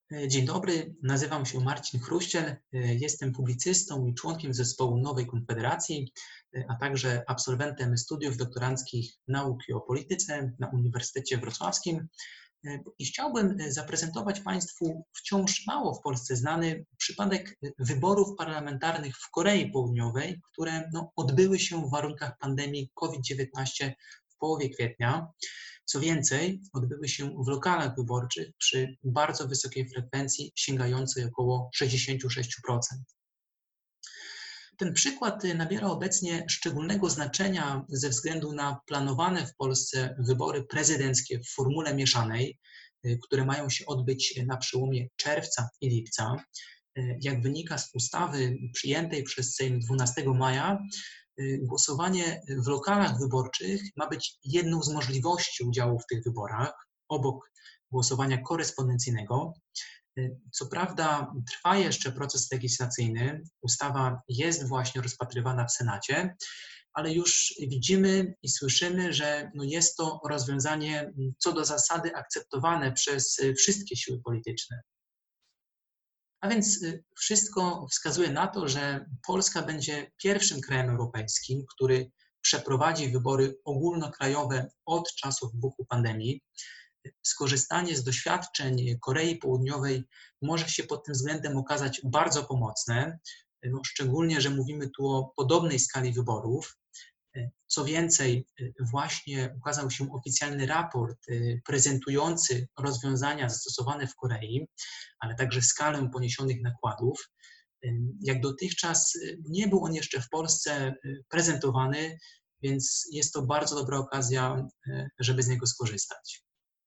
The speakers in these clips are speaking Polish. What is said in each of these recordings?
Dzień dobry, nazywam się Marcin Chruściel, jestem publicystą i członkiem zespołu Nowej Konfederacji, a także absolwentem studiów doktoranckich nauk i o polityce na Uniwersytecie Wrocławskim. I chciałbym zaprezentować Państwu wciąż mało w Polsce znany przypadek wyborów parlamentarnych w Korei Południowej, które odbyły się w warunkach pandemii COVID-19 w połowie kwietnia. Co więcej, odbyły się w lokalach wyborczych przy bardzo wysokiej frekwencji sięgającej około 66%. Ten przykład nabiera obecnie szczególnego znaczenia ze względu na planowane w Polsce wybory prezydenckie w formule mieszanej, które mają się odbyć na przełomie czerwca i lipca. Jak wynika z ustawy przyjętej przez Sejm 12 maja, głosowanie w lokalach wyborczych ma być jedną z możliwości udziału w tych wyborach, obok głosowania korespondencyjnego. Co prawda trwa jeszcze proces legislacyjny, ustawa jest właśnie rozpatrywana w Senacie, ale już widzimy i słyszymy, że jest to rozwiązanie co do zasady akceptowane przez wszystkie siły polityczne. A więc wszystko wskazuje na to, że Polska będzie pierwszym krajem europejskim, który przeprowadzi wybory ogólnokrajowe od czasu wybuchu pandemii. Skorzystanie z doświadczeń Korei Południowej może się pod tym względem okazać bardzo pomocne, szczególnie, że mówimy tu o podobnej skali wyborów. Co więcej, właśnie ukazał się oficjalny raport prezentujący rozwiązania zastosowane w Korei, ale także skalę poniesionych nakładów. Jak dotychczas nie był on jeszcze w Polsce prezentowany, więc jest to bardzo dobra okazja, żeby z niego skorzystać.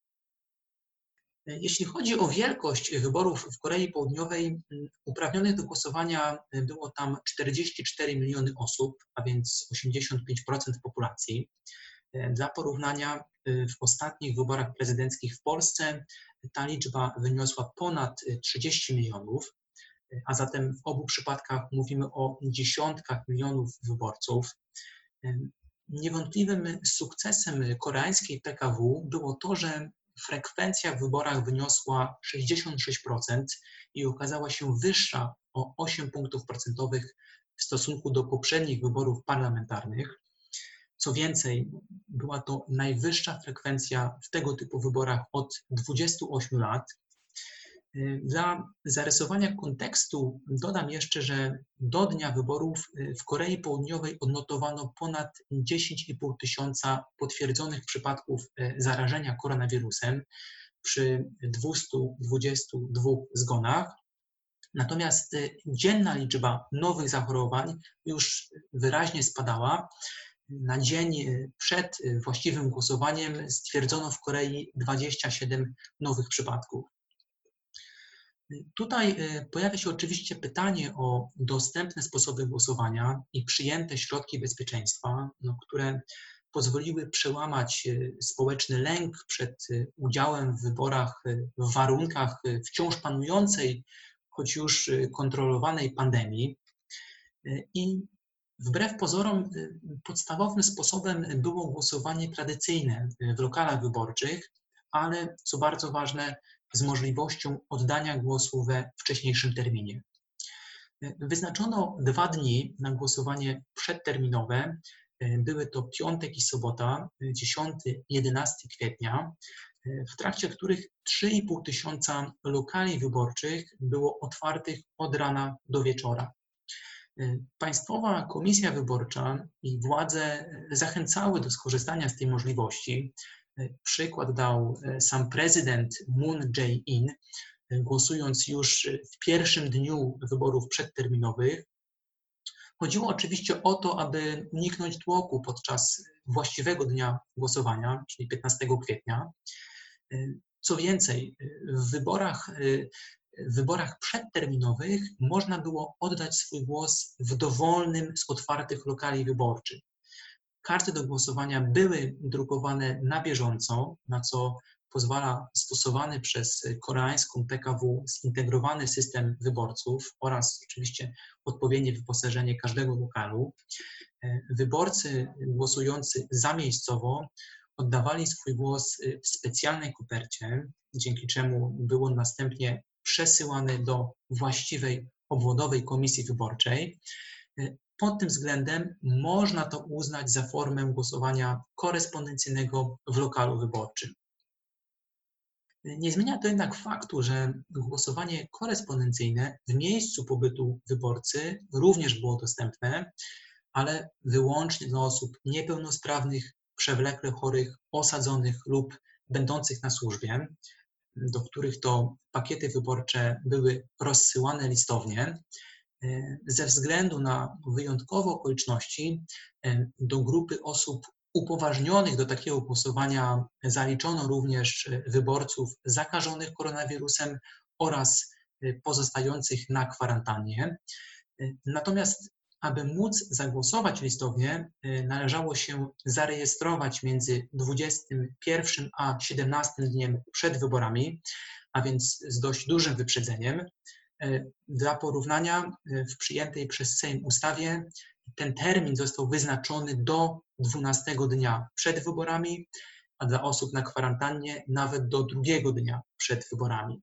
Jeśli chodzi o wielkość wyborów w Korei Południowej, uprawnionych do głosowania było tam 44 miliony osób, a więc 85% populacji. Dla porównania, w ostatnich wyborach prezydenckich w Polsce ta liczba wyniosła ponad 30 milionów, a zatem w obu przypadkach mówimy o dziesiątkach milionów wyborców. Niewątpliwym sukcesem koreańskiej PKW było to, że frekwencja w wyborach wyniosła 66% i okazała się wyższa o 8 punktów procentowych w stosunku do poprzednich wyborów parlamentarnych. Co więcej, była to najwyższa frekwencja w tego typu wyborach od 28 lat. Dla zarysowania kontekstu dodam jeszcze, że do dnia wyborów w Korei Południowej odnotowano ponad 10,5 tysiąca potwierdzonych przypadków zarażenia koronawirusem przy 222 zgonach. Natomiast dzienna liczba nowych zachorowań już wyraźnie spadała. Na dzień przed właściwym głosowaniem stwierdzono w Korei 27 nowych przypadków. Tutaj pojawia się oczywiście pytanie o dostępne sposoby głosowania i przyjęte środki bezpieczeństwa, które pozwoliły przełamać społeczny lęk przed udziałem w wyborach w warunkach wciąż panującej, choć już kontrolowanej pandemii. I wbrew pozorom podstawowym sposobem było głosowanie tradycyjne w lokalach wyborczych, ale co bardzo ważne, z możliwością oddania głosu we wcześniejszym terminie. Wyznaczono 2 dni na głosowanie przedterminowe. Były to piątek i sobota, 10 i 11 kwietnia, w trakcie których 3,5 tysiąca lokali wyborczych było otwartych od rana do wieczora. Państwowa Komisja Wyborcza i władze zachęcały do skorzystania z tej możliwości. Przykład dał sam prezydent Moon Jae-in, głosując już w pierwszym dniu wyborów przedterminowych. Chodziło oczywiście o to, aby uniknąć tłoku podczas właściwego dnia głosowania, czyli 15 kwietnia. Co więcej, w wyborach przedterminowych można było oddać swój głos w dowolnym z otwartych lokali wyborczych. Karty do głosowania były drukowane na bieżąco, na co pozwala stosowany przez koreańską PKW zintegrowany system wyborców oraz oczywiście odpowiednie wyposażenie każdego lokalu. Wyborcy głosujący zamiejscowo oddawali swój głos w specjalnej kopercie, dzięki czemu był on następnie przesyłane do właściwej obwodowej komisji wyborczej. Pod tym względem można to uznać za formę głosowania korespondencyjnego w lokalu wyborczym. Nie zmienia to jednak faktu, że głosowanie korespondencyjne w miejscu pobytu wyborcy również było dostępne, ale wyłącznie dla osób niepełnosprawnych, przewlekle chorych, osadzonych lub będących na służbie, do których to pakiety wyborcze były rozsyłane listownie. Ze względu na wyjątkowe okoliczności do grupy osób upoważnionych do takiego głosowania zaliczono również wyborców zakażonych koronawirusem oraz pozostających na kwarantannie. Natomiast aby móc zagłosować listownie, należało się zarejestrować między 21 a 17 dniem przed wyborami, a więc z dość dużym wyprzedzeniem. Dla porównania w przyjętej przez Sejm ustawie ten termin został wyznaczony do 12 dnia przed wyborami, a dla osób na kwarantannie nawet do 2 dnia przed wyborami.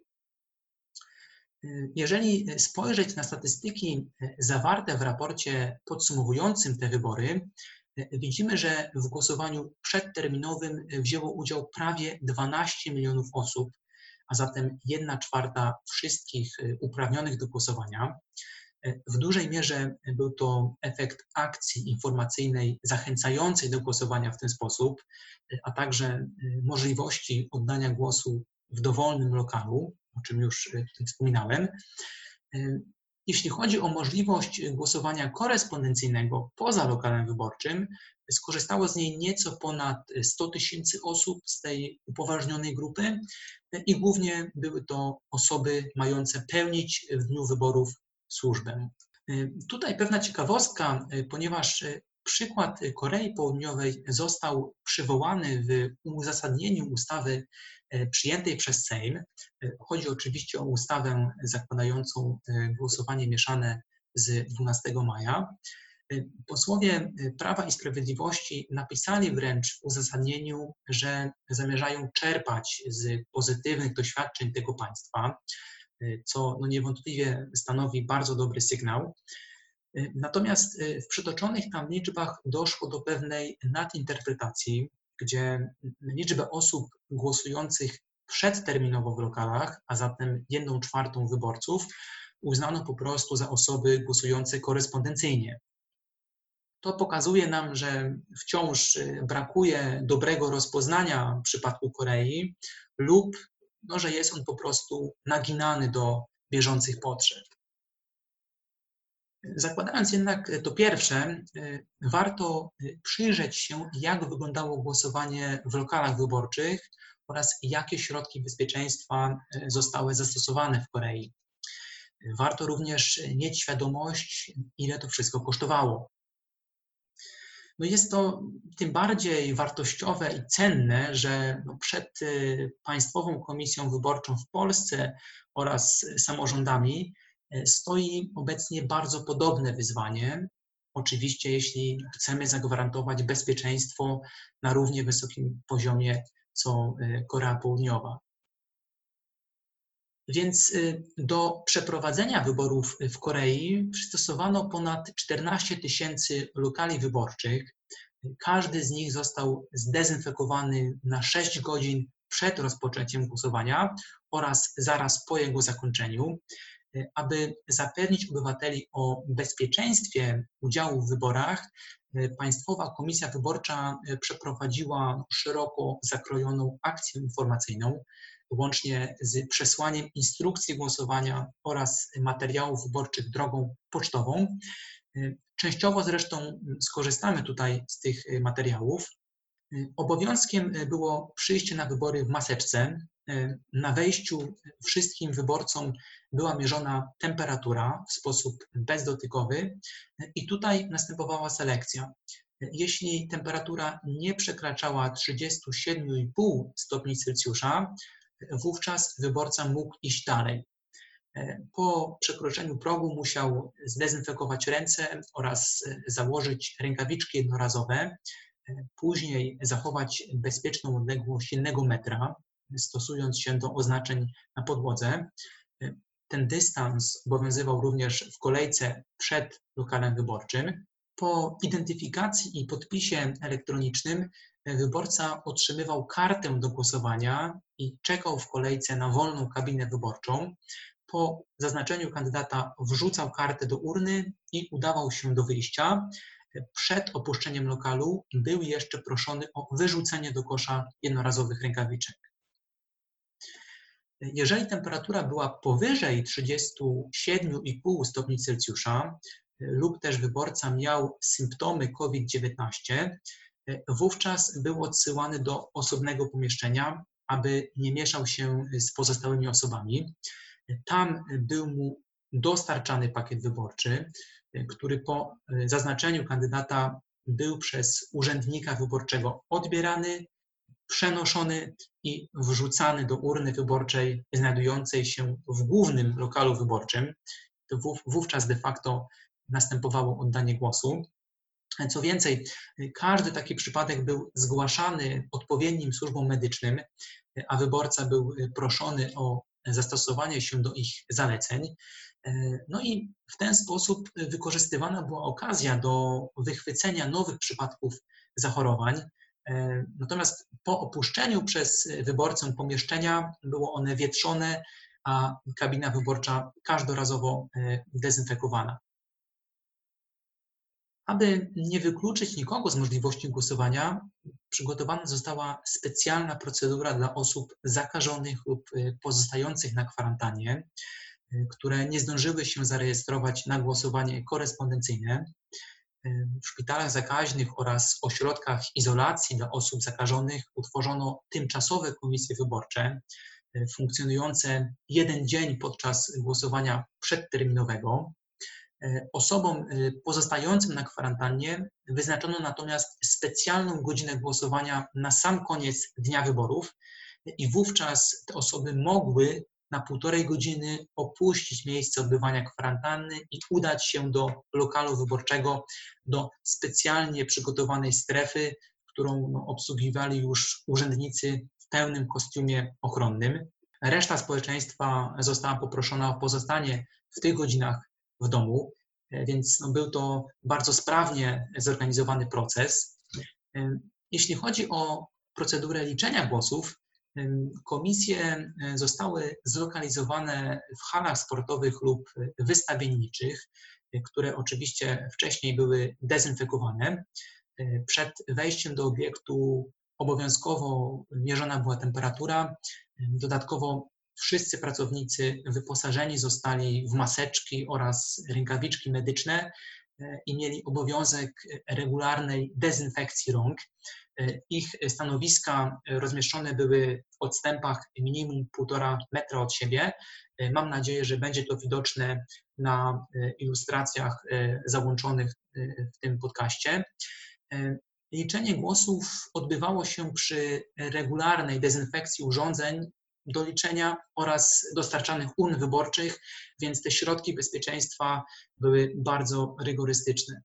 Jeżeli spojrzeć na statystyki zawarte w raporcie podsumowującym te wybory, widzimy, że w głosowaniu przedterminowym wzięło udział prawie 12 milionów osób, a zatem 1/4 wszystkich uprawnionych do głosowania. W dużej mierze był to efekt akcji informacyjnej zachęcającej do głosowania w ten sposób, a także możliwości oddania głosu w dowolnym lokalu, o czym już wspominałem. Jeśli chodzi o możliwość głosowania korespondencyjnego poza lokalem wyborczym, skorzystało z niej nieco ponad 100 000 osób z tej upoważnionej grupy i głównie były to osoby mające pełnić w dniu wyborów służbę. Tutaj pewna ciekawostka, ponieważ przykład Korei Południowej został przywołany w uzasadnieniu ustawy przyjętej przez Sejm. Chodzi oczywiście o ustawę zakładającą głosowanie mieszane z 12 maja. Posłowie Prawa i Sprawiedliwości napisali wręcz w uzasadnieniu, że zamierzają czerpać z pozytywnych doświadczeń tego państwa, co niewątpliwie stanowi bardzo dobry sygnał. Natomiast w przytoczonych tam liczbach doszło do pewnej nadinterpretacji, gdzie liczbę osób głosujących przedterminowo w lokalach, a zatem 1/4 wyborców, uznano po prostu za osoby głosujące korespondencyjnie. To pokazuje nam, że wciąż brakuje dobrego rozpoznania w przypadku Korei lub że jest on po prostu naginany do bieżących potrzeb. Zakładając jednak to pierwsze, warto przyjrzeć się, jak wyglądało głosowanie w lokalach wyborczych oraz jakie środki bezpieczeństwa zostały zastosowane w Korei. Warto również mieć świadomość, ile to wszystko kosztowało. Jest to tym bardziej wartościowe i cenne, że przed Państwową Komisją Wyborczą w Polsce oraz samorządami stoi obecnie bardzo podobne wyzwanie. Oczywiście, jeśli chcemy zagwarantować bezpieczeństwo na równie wysokim poziomie co Korea Południowa. Więc do przeprowadzenia wyborów w Korei przystosowano ponad 14 000 lokali wyborczych. Każdy z nich został zdezynfekowany na 6 godzin przed rozpoczęciem głosowania oraz zaraz po jego zakończeniu. Aby zapewnić obywateli o bezpieczeństwie udziału w wyborach, Państwowa Komisja Wyborcza przeprowadziła szeroko zakrojoną akcję informacyjną, łącznie z przesłaniem instrukcji głosowania oraz materiałów wyborczych drogą pocztową. Częściowo zresztą skorzystamy tutaj z tych materiałów. Obowiązkiem było przyjście na wybory w maseczce. Na wejściu wszystkim wyborcom była mierzona temperatura w sposób bezdotykowy i tutaj następowała selekcja. Jeśli temperatura nie przekraczała 37,5 stopni Celsjusza, wówczas wyborca mógł iść dalej. Po przekroczeniu progu musiał zdezynfekować ręce oraz założyć rękawiczki jednorazowe, później zachować bezpieczną odległość 1 metra stosując się do oznaczeń na podłodze. Ten dystans obowiązywał również w kolejce przed lokalem wyborczym. Po identyfikacji i podpisie elektronicznym wyborca otrzymywał kartę do głosowania i czekał w kolejce na wolną kabinę wyborczą. Po zaznaczeniu kandydata wrzucał kartę do urny i udawał się do wyjścia. Przed opuszczeniem lokalu był jeszcze proszony o wyrzucenie do kosza jednorazowych rękawiczek. Jeżeli temperatura była powyżej 37,5 stopni Celsjusza lub też wyborca miał symptomy COVID-19, wówczas był odsyłany do osobnego pomieszczenia, aby nie mieszał się z pozostałymi osobami. Tam był mu dostarczany pakiet wyborczy, który po zaznaczeniu kandydata był przez urzędnika wyborczego odbierany, przenoszony i wrzucany do urny wyborczej znajdującej się w głównym lokalu wyborczym. To wówczas de facto następowało oddanie głosu. Co więcej, każdy taki przypadek był zgłaszany odpowiednim służbom medycznym, a wyborca był proszony o zastosowanie się do ich zaleceń. No i w ten sposób wykorzystywana była okazja do wychwycenia nowych przypadków zachorowań. Natomiast po opuszczeniu przez wyborcę pomieszczenia było one wietrzone, a kabina wyborcza każdorazowo dezynfekowana. Aby nie wykluczyć nikogo z możliwości głosowania, przygotowana została specjalna procedura dla osób zakażonych lub pozostających na kwarantannie, które nie zdążyły się zarejestrować na głosowanie korespondencyjne. W szpitalach zakaźnych oraz ośrodkach izolacji dla osób zakażonych utworzono tymczasowe komisje wyborcze, funkcjonujące jeden dzień podczas głosowania przedterminowego. Osobom pozostającym na kwarantannie wyznaczono natomiast specjalną godzinę głosowania na sam koniec dnia wyborów i wówczas te osoby mogły na 1,5 godziny opuścić miejsce odbywania kwarantanny i udać się do lokalu wyborczego, do specjalnie przygotowanej strefy, którą obsługiwali już urzędnicy w pełnym kostiumie ochronnym. Reszta społeczeństwa została poproszona o pozostanie w tych godzinach w domu, więc był to bardzo sprawnie zorganizowany proces. Jeśli chodzi o procedurę liczenia głosów, komisje zostały zlokalizowane w halach sportowych lub wystawienniczych, które oczywiście wcześniej były dezynfekowane. Przed wejściem do obiektu obowiązkowo mierzona była temperatura. Dodatkowo wszyscy pracownicy wyposażeni zostali w maseczki oraz rękawiczki medyczne i mieli obowiązek regularnej dezynfekcji rąk. Ich stanowiska rozmieszczone były w odstępach minimum 1,5 metra od siebie. Mam nadzieję, że będzie to widoczne na ilustracjach załączonych w tym podcaście. Liczenie głosów odbywało się przy regularnej dezynfekcji urządzeń do liczenia oraz dostarczanych urn wyborczych, więc te środki bezpieczeństwa były bardzo rygorystyczne.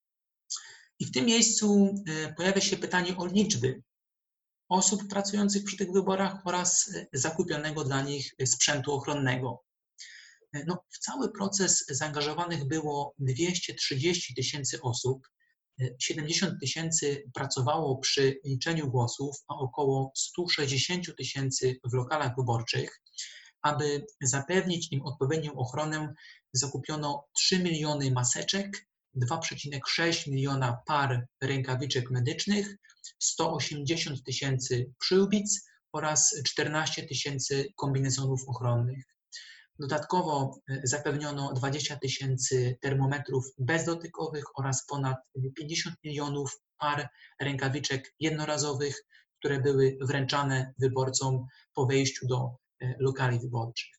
I w tym miejscu pojawia się pytanie o liczby osób pracujących przy tych wyborach oraz zakupionego dla nich sprzętu ochronnego. W cały proces zaangażowanych było 230 000 osób, 70 000 pracowało przy liczeniu głosów, a około 160 000 w lokalach wyborczych. Aby zapewnić im odpowiednią ochronę, zakupiono 3 miliony maseczek, 2,6 miliona par rękawiczek medycznych, 180 000 przyłbic oraz 14 000 kombinezonów ochronnych. Dodatkowo zapewniono 20 000 termometrów bezdotykowych oraz ponad 50 milionów par rękawiczek jednorazowych, które były wręczane wyborcom po wejściu do lokali wyborczych.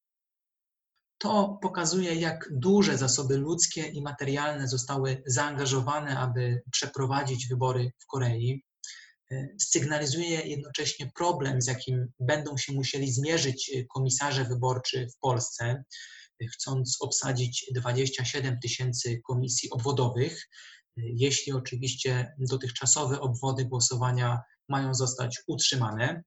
To pokazuje, jak duże zasoby ludzkie i materialne zostały zaangażowane, aby przeprowadzić wybory w Korei. Sygnalizuje jednocześnie problem, z jakim będą się musieli zmierzyć komisarze wyborczy w Polsce, chcąc obsadzić 27 000 komisji obwodowych, jeśli oczywiście dotychczasowe obwody głosowania mają zostać utrzymane.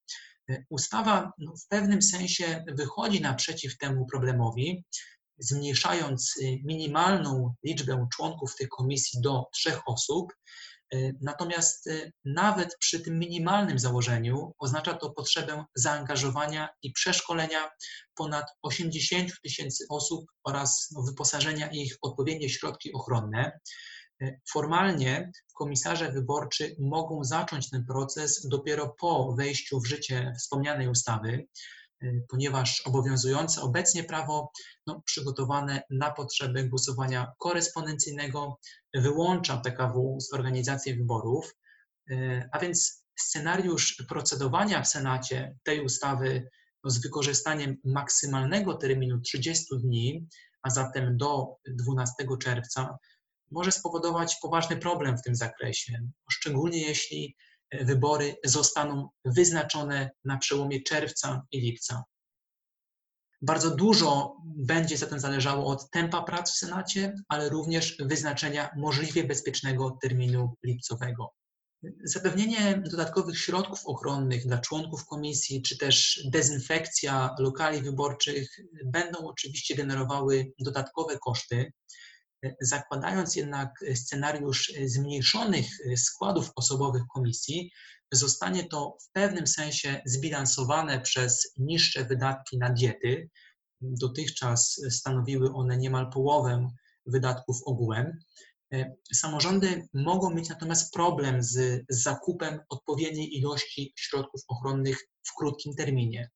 Ustawa w pewnym sensie wychodzi naprzeciw temu problemowi, zmniejszając minimalną liczbę członków tej komisji do 3 osób. Natomiast nawet przy tym minimalnym założeniu oznacza to potrzebę zaangażowania i przeszkolenia ponad 80 000 osób oraz wyposażenia ich w odpowiednie środki ochronne. Formalnie komisarze wyborczy mogą zacząć ten proces dopiero po wejściu w życie wspomnianej ustawy, ponieważ obowiązujące obecnie prawo przygotowane na potrzeby głosowania korespondencyjnego wyłącza PKW z organizacji wyborów, a więc scenariusz procedowania w Senacie tej ustawy z wykorzystaniem maksymalnego terminu 30 dni, a zatem do 12 czerwca, może spowodować poważny problem w tym zakresie, szczególnie jeśli wybory zostaną wyznaczone na przełomie czerwca i lipca. Bardzo dużo będzie zatem zależało od tempa prac w Senacie, ale również wyznaczenia możliwie bezpiecznego terminu lipcowego. Zapewnienie dodatkowych środków ochronnych dla członków komisji, czy też dezynfekcja lokali wyborczych będą oczywiście generowały dodatkowe koszty. Zakładając jednak scenariusz zmniejszonych składów osobowych komisji, zostanie to w pewnym sensie zbilansowane przez niższe wydatki na diety. Dotychczas stanowiły one niemal połowę wydatków ogółem. Samorządy mogą mieć natomiast problem z zakupem odpowiedniej ilości środków ochronnych w krótkim terminie.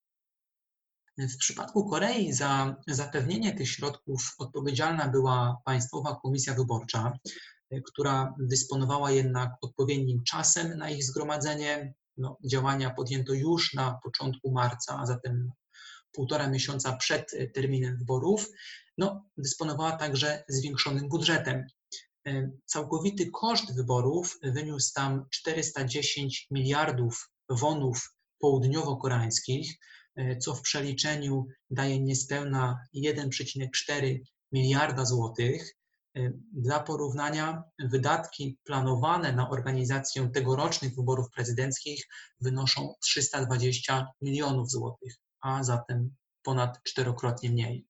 W przypadku Korei za zapewnienie tych środków odpowiedzialna była Państwowa Komisja Wyborcza, która dysponowała jednak odpowiednim czasem na ich zgromadzenie. Działania podjęto już na początku marca, a zatem 1,5 miesiąca przed terminem wyborów. Dysponowała także zwiększonym budżetem. Całkowity koszt wyborów wyniósł tam 410 miliardów wonów południowo-koreańskich, co w przeliczeniu daje niespełna 1,4 miliarda złotych. Dla porównania wydatki planowane na organizację tegorocznych wyborów prezydenckich wynoszą 320 milionów złotych, a zatem ponad 4-krotnie mniej.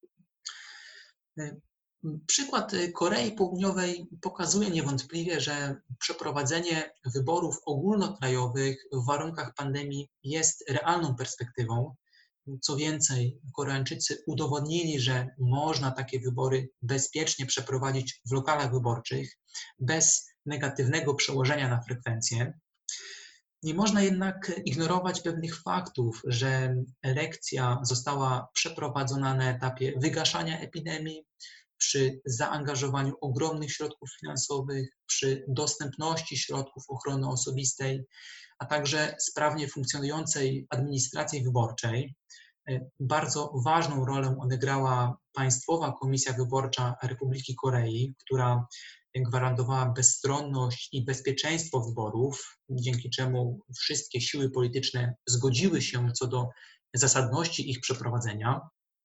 Przykład Korei Południowej pokazuje niewątpliwie, że przeprowadzenie wyborów ogólnokrajowych w warunkach pandemii jest realną perspektywą. Co więcej, Koreańczycy udowodnili, że można takie wybory bezpiecznie przeprowadzić w lokalach wyborczych bez negatywnego przełożenia na frekwencję. Nie można jednak ignorować pewnych faktów, że elekcja została przeprowadzona na etapie wygaszania epidemii, przy zaangażowaniu ogromnych środków finansowych, przy dostępności środków ochrony osobistej, a także sprawnie funkcjonującej administracji wyborczej. Bardzo ważną rolę odegrała Państwowa Komisja Wyborcza Republiki Korei, która gwarantowała bezstronność i bezpieczeństwo wyborów, dzięki czemu wszystkie siły polityczne zgodziły się co do zasadności ich przeprowadzenia.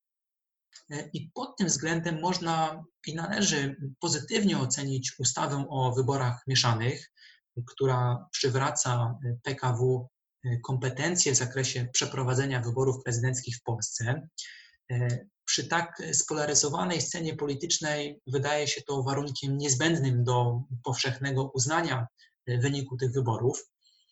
I pod tym względem można i należy pozytywnie ocenić ustawę o wyborach mieszanych, która przywraca PKW kompetencje w zakresie przeprowadzenia wyborów prezydenckich w Polsce. Przy tak spolaryzowanej scenie politycznej wydaje się to warunkiem niezbędnym do powszechnego uznania wyniku tych wyborów.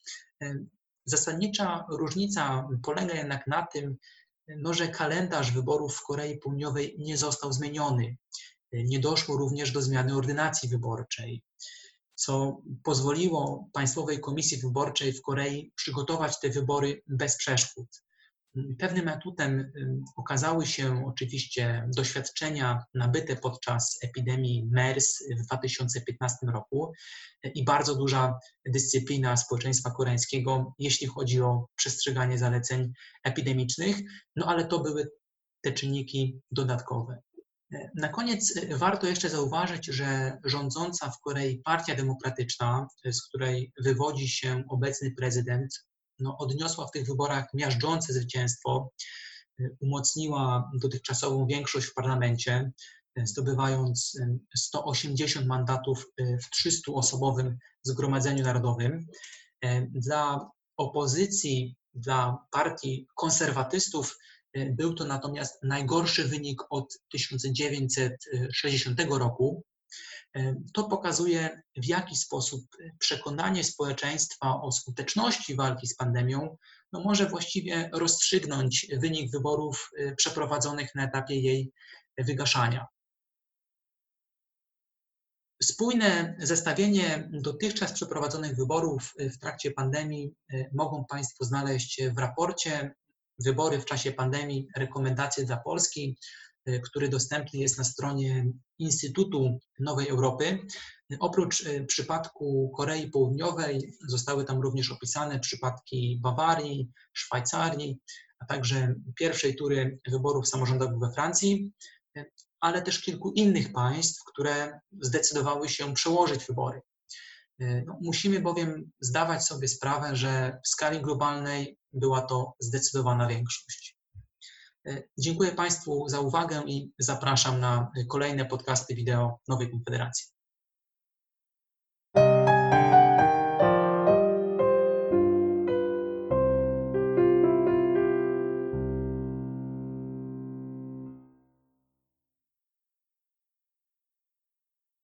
Zasadnicza różnica polega jednak na tym, że kalendarz wyborów w Korei Południowej nie został zmieniony. Nie doszło również do zmiany ordynacji wyborczej, co pozwoliło Państwowej Komisji Wyborczej w Korei przygotować te wybory bez przeszkód. Pewnym atutem okazały się oczywiście doświadczenia nabyte podczas epidemii MERS w 2015 roku i bardzo duża dyscyplina społeczeństwa koreańskiego, jeśli chodzi o przestrzeganie zaleceń epidemicznych, ale to były te czynniki dodatkowe. Na koniec warto jeszcze zauważyć, że rządząca w Korei Partia Demokratyczna, z której wywodzi się obecny prezydent, odniosła w tych wyborach miażdżące zwycięstwo, umocniła dotychczasową większość w parlamencie, zdobywając 180 mandatów w 300-osobowym Zgromadzeniu Narodowym. Dla opozycji Dla partii konserwatystów był to natomiast najgorszy wynik od 1960 roku. To pokazuje, w jaki sposób przekonanie społeczeństwa o skuteczności walki z pandemią może właściwie rozstrzygnąć wynik wyborów przeprowadzonych na etapie jej wygaszania. Spójne zestawienie dotychczas przeprowadzonych wyborów w trakcie pandemii mogą Państwo znaleźć w raporcie Wybory w czasie pandemii. Rekomendacje dla Polski, który dostępny jest na stronie Instytutu Nowej Europy. Oprócz przypadku Korei Południowej zostały tam również opisane przypadki Bawarii, Szwajcarii, a także pierwszej tury wyborów samorządowych we Francji, ale też kilku innych państw, które zdecydowały się przełożyć wybory. Musimy bowiem zdawać sobie sprawę, że w skali globalnej była to zdecydowana większość. Dziękuję Państwu za uwagę i zapraszam na kolejne podcasty wideo Nowej Konfederacji.